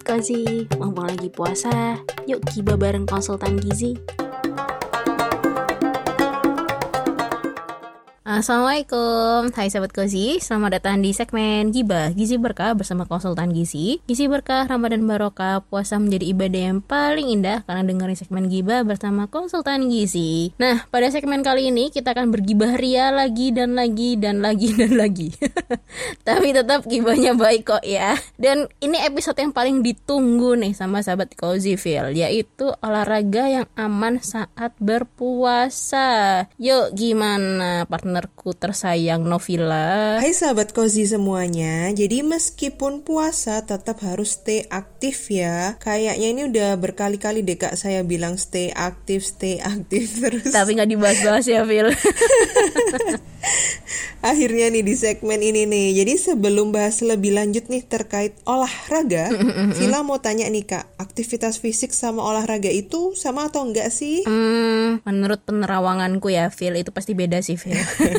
Kozi, mumpung lagi puasa, yuk gibah bareng konsultan gizi. Assalamualaikum, hai Sobat Kozi, selamat datang di segmen Gibah Gizi Berkah bersama konsultan gizi. Gizi Berkah, Ramadan Barokah, puasa menjadi ibadah yang paling indah karena dengerin segmen Gibah bersama konsultan gizi. Nah, pada segmen kali ini kita akan bergibah ria lagi dan lagi. Tapi tetap gibahnya baik kok ya. Dan ini episode yang paling ditunggu nih sama Sahabat Kozi Feel, yaitu olahraga yang aman saat berpuasa. Yuk, gimana partnerku tersayang Novila? Hai sahabat Kozi semuanya. Jadi meskipun puasa tetap harus stay aktif ya. Kayaknya ini udah berkali-kali deh Kak saya bilang stay aktif terus. Tapi gak dibahas-bahas ya Phil. Akhirnya nih di segmen ini nih. Jadi sebelum bahas lebih lanjut nih terkait olahraga, Vila mau tanya nih Kak, aktivitas fisik sama olahraga itu sama atau enggak sih? Menurut penerawanganku ya Phil, itu pasti beda sih Phil.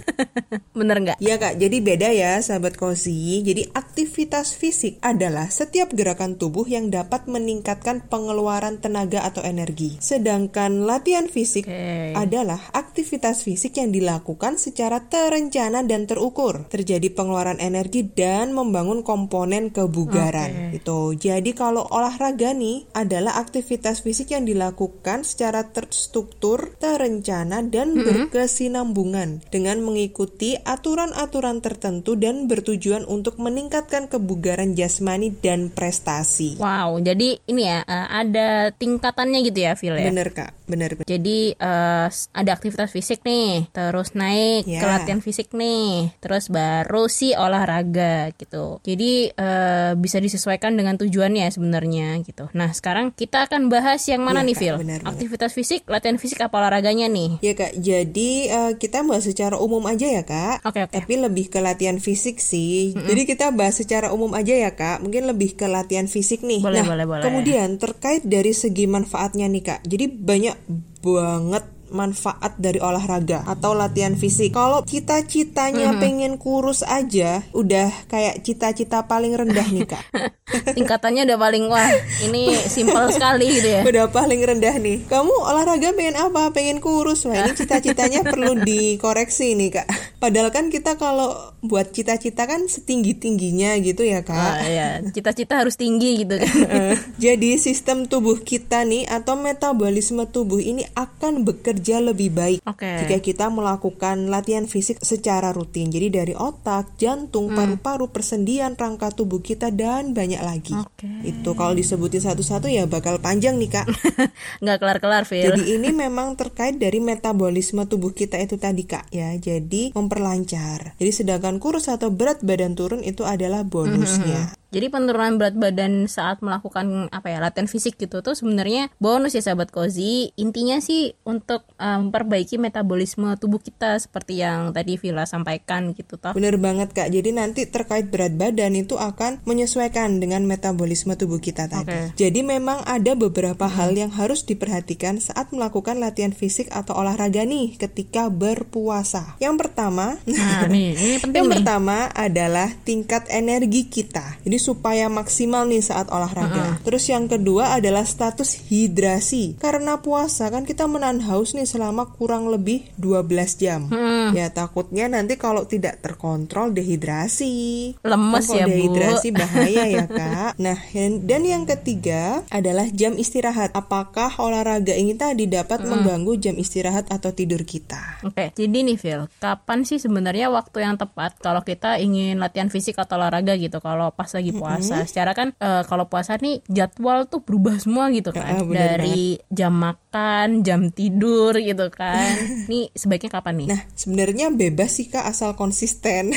Bener nggak? Iya Kak, jadi beda ya sahabat Kozi. Jadi aktivitas fisik adalah setiap gerakan tubuh yang dapat meningkatkan pengeluaran tenaga atau energi. Sedangkan latihan fisik adalah aktivitas fisik yang dilakukan secara terencana dan terukur. Terjadi pengeluaran energi dan membangun komponen kebugaran. Itu. Jadi kalau olahraga nih adalah aktivitas fisik yang dilakukan secara terstruktur, terencana dan berkesinambungan dengan mengikuti aturan-aturan tertentu dan bertujuan untuk meningkatkan kebugaran jasmani dan prestasi. Wow, jadi ini ya ada tingkatannya gitu ya Phil ya? Bener Kak, bener. Jadi ada aktivitas fisik nih, terus naik ke latihan fisik nih, terus baru sih olahraga gitu. Jadi bisa disesuaikan dengan tujuannya sebenarnya gitu. Nah sekarang kita akan bahas yang mana nih Phil? Aktivitas fisik, latihan fisik apa olahraganya nih? Ya Kak, jadi kita bahas secara umum aja ya Kak. Oke. Tapi lebih ke latihan fisik sih. Jadi kita bahas secara umum aja ya Kak. Mungkin lebih ke latihan fisik nih. Boleh. Kemudian terkait dari segi manfaatnya nih Kak. Jadi banyak banget manfaat dari olahraga atau latihan fisik. Kalau cita-citanya pengen kurus aja, udah kayak cita-cita paling rendah nih Kak. Tingkatannya udah paling ini simpel sekali gitu ya. Udah paling rendah nih. Kamu olahraga pengen apa? Pengen kurus. Wah ini cita-citanya perlu dikoreksi nih Kak. Padahal kan kita kalau buat cita-cita kan setinggi-tingginya gitu ya Kak. Iya, cita-cita harus tinggi gitu kan. Jadi sistem tubuh kita nih atau metabolisme tubuh ini akan bekerja lebih baik jika kita melakukan latihan fisik secara rutin. Jadi dari otak, jantung, paru-paru, persendian, rangka tubuh kita dan banyak lagi. Itu kalau disebutin satu-satu ya bakal panjang nih Kak. Nggak kelar-kelar Phil. Jadi ini memang terkait dari metabolisme tubuh kita itu tadi Kak ya. Jadi memperlancar. Jadi sedangkan kurus atau berat badan turun itu adalah bonusnya. Jadi penurunan berat badan saat melakukan latihan fisik gitu tuh sebenarnya bonus ya sahabat Kozi. Intinya sih untuk memperbaiki metabolisme tubuh kita seperti yang tadi Villa sampaikan gitu toh. Bener banget Kak. Jadi nanti terkait berat badan itu akan menyesuaikan dengan metabolisme tubuh kita tadi. Jadi memang ada beberapa hal yang harus diperhatikan saat melakukan latihan fisik atau olahraga nih ketika berpuasa. Yang pertama, ini penting pertama adalah tingkat energi kita. Jadi supaya maksimal nih saat olahraga. Terus yang kedua adalah status hidrasi. Karena puasa kan kita menahan haus nih selama kurang lebih 12 jam. Ya takutnya nanti kalau tidak terkontrol dehidrasi. Lemes ya Bu. Dehidrasi bahaya ya Kak. Nah dan yang ketiga adalah jam istirahat. Apakah olahraga ini tadi dapat mengganggu jam istirahat atau tidur kita? Jadi nih Phil, kapan sih sebenarnya waktu yang tepat kalau kita ingin latihan fisik atau olahraga gitu? Kalau pas lagi puasa, secara kan kalau puasa nih jadwal tuh berubah semua gitu kan, dari jam makan, jam tidur gitu kan. Nih sebaiknya kapan nih? Nah sebenarnya bebas sih Kak asal konsisten.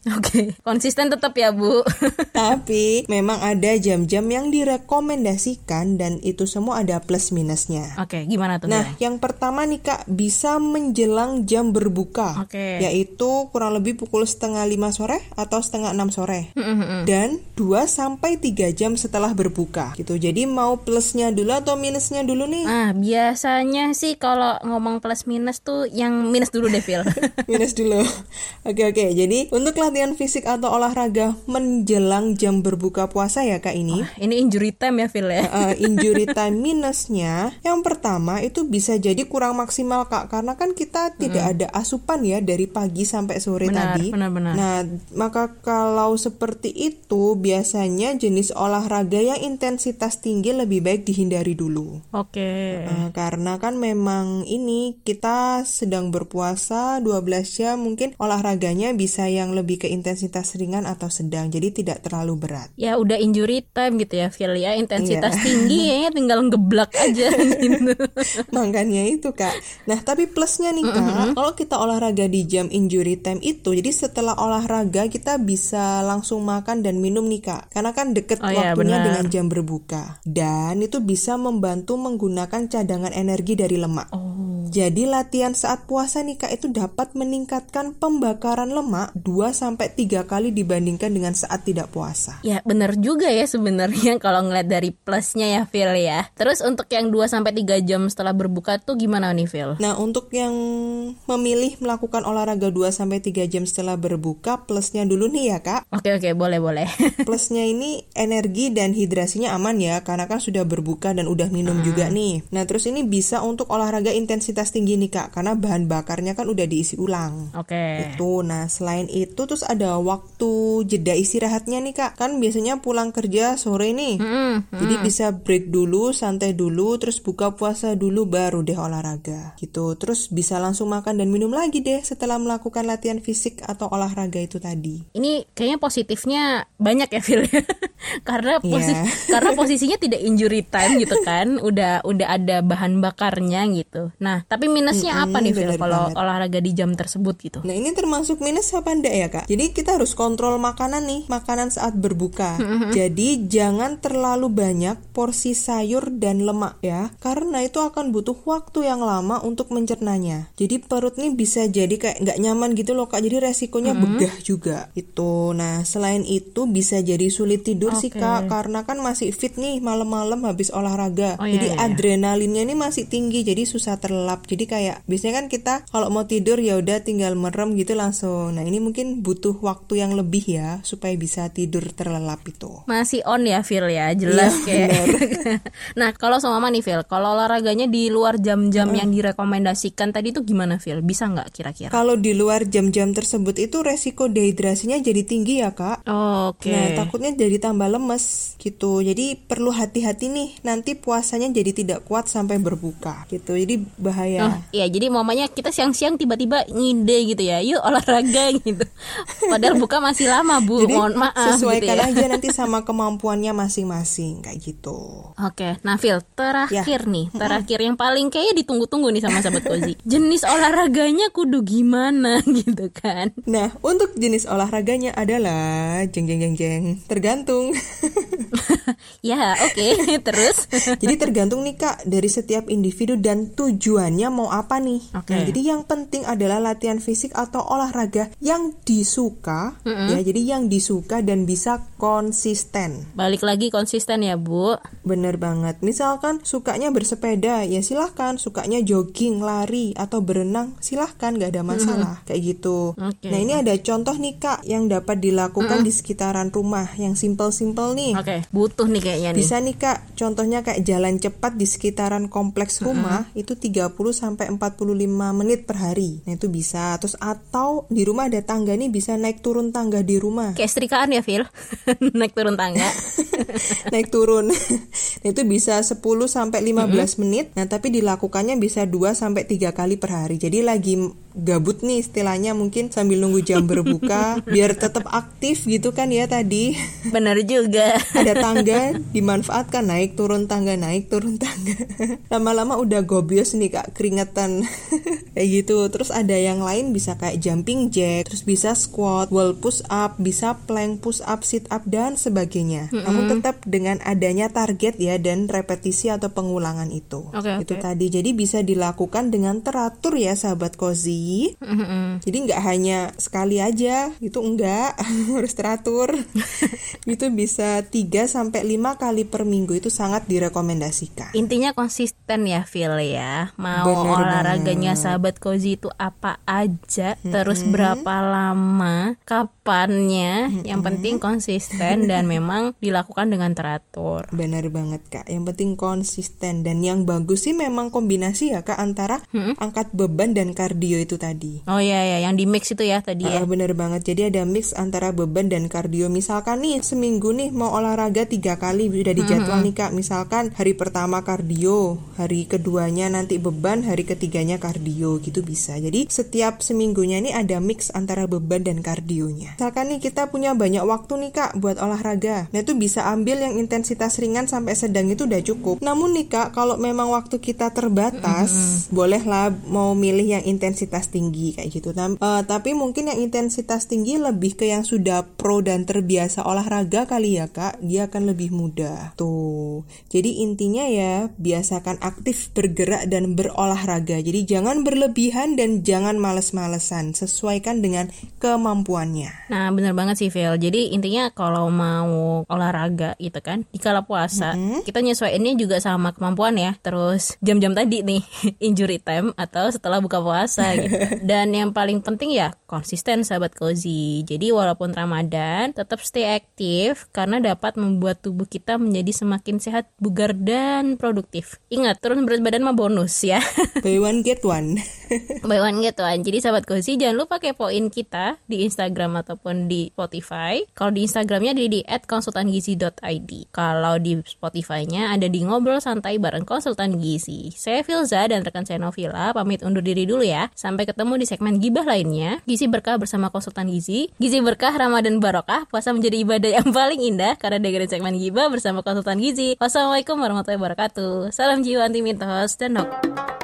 Konsisten tetap ya Bu. Tapi memang ada jam-jam yang direkomendasikan dan itu semua ada plus minusnya. Gimana tuh? Nah yang pertama nih Kak, bisa menjelang jam berbuka, yaitu kurang lebih pukul 4:30 sore atau 5:30 sore. Dan 2-3 jam setelah berbuka gitu. Jadi mau plusnya dulu atau minusnya dulu nih? Biar Biasanya sih kalau ngomong plus minus tuh yang minus dulu deh, Phil. Minus dulu. Oke. Jadi untuk latihan fisik atau olahraga menjelang jam berbuka puasa ya Kak ini. Ini injury time ya, Phil ya. Injury time minusnya yang pertama itu bisa jadi kurang maksimal Kak, karena kan kita tidak ada asupan ya dari pagi sampai sore tadi. Benar. Nah, maka kalau seperti itu biasanya jenis olahraga yang intensitas tinggi lebih baik dihindari dulu. Oke. Karena kan memang ini kita sedang berpuasa 12 jam, mungkin olahraganya bisa yang lebih ke intensitas ringan atau sedang, jadi tidak terlalu berat. Ya udah injury time gitu ya, Phil ya, intensitas tinggi ya, tinggal ngeblak aja gitu. Makanya itu Kak. Nah tapi plusnya nih Kak, kalau kita olahraga di jam injury time itu, jadi setelah olahraga kita bisa langsung makan dan minum nih Kak, karena kan deket waktunya dengan jam berbuka, dan itu bisa membantu menggunakan cadangan energi dari lemak. Jadi latihan saat puasa nih Kak itu dapat meningkatkan pembakaran lemak 2-3 kali dibandingkan dengan saat tidak puasa. Ya benar juga ya sebenarnya kalau ngeliat dari plusnya ya, Phil ya. Terus untuk yang 2-3 jam setelah berbuka tuh gimana nih, Phil? Nah untuk yang memilih melakukan olahraga 2-3 jam setelah berbuka, plusnya dulu nih ya Kak. Oke, boleh. Plusnya ini energi dan hidrasinya aman ya, karena kan sudah berbuka dan udah minum juga nih. Nah terus ini bisa untuk olahraga intensitas tinggi nih Kak, karena bahan bakarnya kan udah diisi ulang. Itu. Nah selain itu terus ada waktu jeda istirahatnya nih Kak, kan biasanya pulang kerja sore nih. Jadi bisa break dulu, santai dulu, terus buka puasa dulu baru deh olahraga gitu. Terus bisa langsung makan dan minum lagi deh setelah melakukan latihan fisik atau olahraga itu tadi. Ini kayaknya positifnya banyak ya, Phil. karena posisinya tidak injury time gitu kan, udah ada bahan bakarnya gitu. Nah tapi minusnya apa nih, Phil, kalau olahraga di jam tersebut gitu? Nah ini termasuk minus apa enggak ya Kak? Jadi kita harus kontrol makanan nih, makanan saat berbuka. Jadi jangan terlalu banyak porsi sayur dan lemak ya, karena itu akan butuh waktu yang lama untuk mencernanya. Jadi perut nih bisa jadi kayak nggak nyaman gitu loh Kak, jadi resikonya begah juga itu. Nah selain itu bisa jadi sulit tidur sih Kak, karena kan masih fit nih malam-malam habis olahraga. Jadi adrenalinnya nih masih tinggi, jadi susah terlelap. Jadi kayak biasanya kan kita kalau mau tidur ya udah tinggal merem gitu langsung. Nah ini mungkin butuh waktu yang lebih ya supaya bisa tidur terlelap itu. Masih on ya, Phil ya, jelas kayak. Nah kalau sama Mama nih, Phil, kalau olahraganya di luar jam-jam yang direkomendasikan tadi itu gimana, Phil? Bisa nggak kira-kira? Kalau di luar jam-jam tersebut itu resiko dehidrasinya jadi tinggi ya Kak. Nah takutnya jadi tambah lemes gitu. Jadi perlu hati-hati nih, nanti puasanya jadi tidak kuat sampai berbuka gitu. Jadi bahaya. Iya, jadi mamanya kita siang-siang tiba-tiba ngide gitu ya, yuk olahraga gitu. Padahal buka masih lama Bu, jadi, mohon maaf. Sesuaikan gitu ya. aja nanti sama kemampuannya masing-masing kayak gitu. Oke, nah Phil, terakhir yang paling kayaknya ditunggu-tunggu nih sama sahabat Cozy. Jenis olahraganya kudu gimana gitu kan? Nah, untuk jenis olahraganya adalah jeng tergantung. Ya, oke. Terus? Jadi tergantung nih Kak dari setiap individu dan tujuannya mau apa nih. Nah, jadi yang penting adalah latihan fisik atau olahraga yang disuka, ya. Jadi yang disuka dan bisa konsisten. Balik lagi konsisten ya Bu. Bener banget. Misalkan sukanya bersepeda, ya silahkan. Sukanya jogging, lari atau berenang, silahkan, gak ada masalah. Kayak gitu. Nah ini ada contoh nih Kak yang dapat dilakukan di sekitaran rumah, yang simple-simple nih. Butuh nih kayaknya nih. Bisa nih Kak, contohnya kayak jalan cepat di sekitaran kompleks rumah, itu 30-45 menit per hari. Nah itu bisa. Terus atau di rumah ada tangga nih, bisa naik turun tangga di rumah. Kayak setrikaan ya Phil. Naik turun tangga. Naik turun. Nah itu bisa 10-15 menit. Nah tapi dilakukannya bisa 2-3 kali per hari. Jadi lagi gabut nih istilahnya, mungkin sambil nunggu jam berbuka biar tetap aktif gitu kan ya tadi. Benar juga. Ada tangga dimanfaatkan, naik turun tangga. Lama-lama udah gobios nih Kak, keringetan. Kayak gitu. Terus ada yang lain bisa kayak jumping jack, terus bisa squat, wall push up, bisa plank push up, sit up dan sebagainya. Namun tetap dengan adanya target ya dan repetisi atau pengulangan itu. Itu tadi. Jadi bisa dilakukan dengan teratur ya sahabat Cozy. Jadi nggak hanya sekali aja, itu enggak harus teratur. Itu bisa 3-5 kali per minggu, itu sangat direkomendasikan. Intinya konsisten ya Phil ya. Mau olahraganya sahabat Cozy itu apa aja, terus berapa lama, kapannya, yang penting konsisten dan memang dilakukan dengan teratur. Benar banget Kak, yang penting konsisten. Dan yang bagus sih memang kombinasi ya Kak antara angkat beban dan kardio itu tadi. Oh iya ya, yang di mix itu ya tadi ya. Bener banget, jadi ada mix antara beban dan kardio. Misalkan nih seminggu nih mau olahraga 3 kali, udah dijadwal nih Kak. Misalkan hari pertama kardio, hari keduanya nanti beban, hari ketiganya kardio gitu bisa. Jadi setiap seminggunya ini ada mix antara beban dan kardionya. Misalkan nih kita punya banyak waktu nih Kak buat olahraga, nah itu bisa ambil yang intensitas ringan sampai sedang, itu udah cukup. Namun nih Kak, kalau memang waktu kita terbatas, bolehlah mau milih yang intensitas tinggi kayak gitu. Tapi mungkin yang intensitas tinggi lebih ke yang sudah pro dan terbiasa olahraga kali ya Kak, dia akan lebih mudah tuh. Jadi intinya ya, biasakan aktif bergerak dan berolahraga. Jadi jangan berlebihan dan jangan males-malesan, sesuaikan dengan kemampuannya. Nah bener banget sih Phil. Jadi intinya kalau mau olahraga gitu kan, di kala puasa kita nyesuaiinnya juga sama kemampuan ya. Terus jam-jam tadi nih injury time atau setelah buka puasa gitu. Dan yang paling penting ya konsisten sahabat Cozy. Jadi walaupun Ramadan tetap stay aktif karena dapat membuat tubuh kita menjadi semakin sehat, bugar dan produktif. Ingat, turun berat badan mah bonus ya. Buy one get one. Buy one get one. Jadi sahabat Cozy jangan lupa kepoin kita di Instagram ataupun di Spotify. Kalau di Instagramnya di @konsultangizi.id. Kalau di Spotify-nya ada di Ngobrol Santai bareng Konsultan Gizi. Saya Filza dan rekan saya Novila pamit undur diri dulu ya. Sampai ketemu di segmen gibah lainnya. Gizi berkah bersama Konsultan Gizi. Gizi berkah, Ramadan barokah. Puasa menjadi ibadah yang paling indah karena dengerin segmen gibah bersama Konsultan Gizi. Wassalamualaikum warahmatullahi wabarakatuh. Salam jiwa anti mitos dan nok.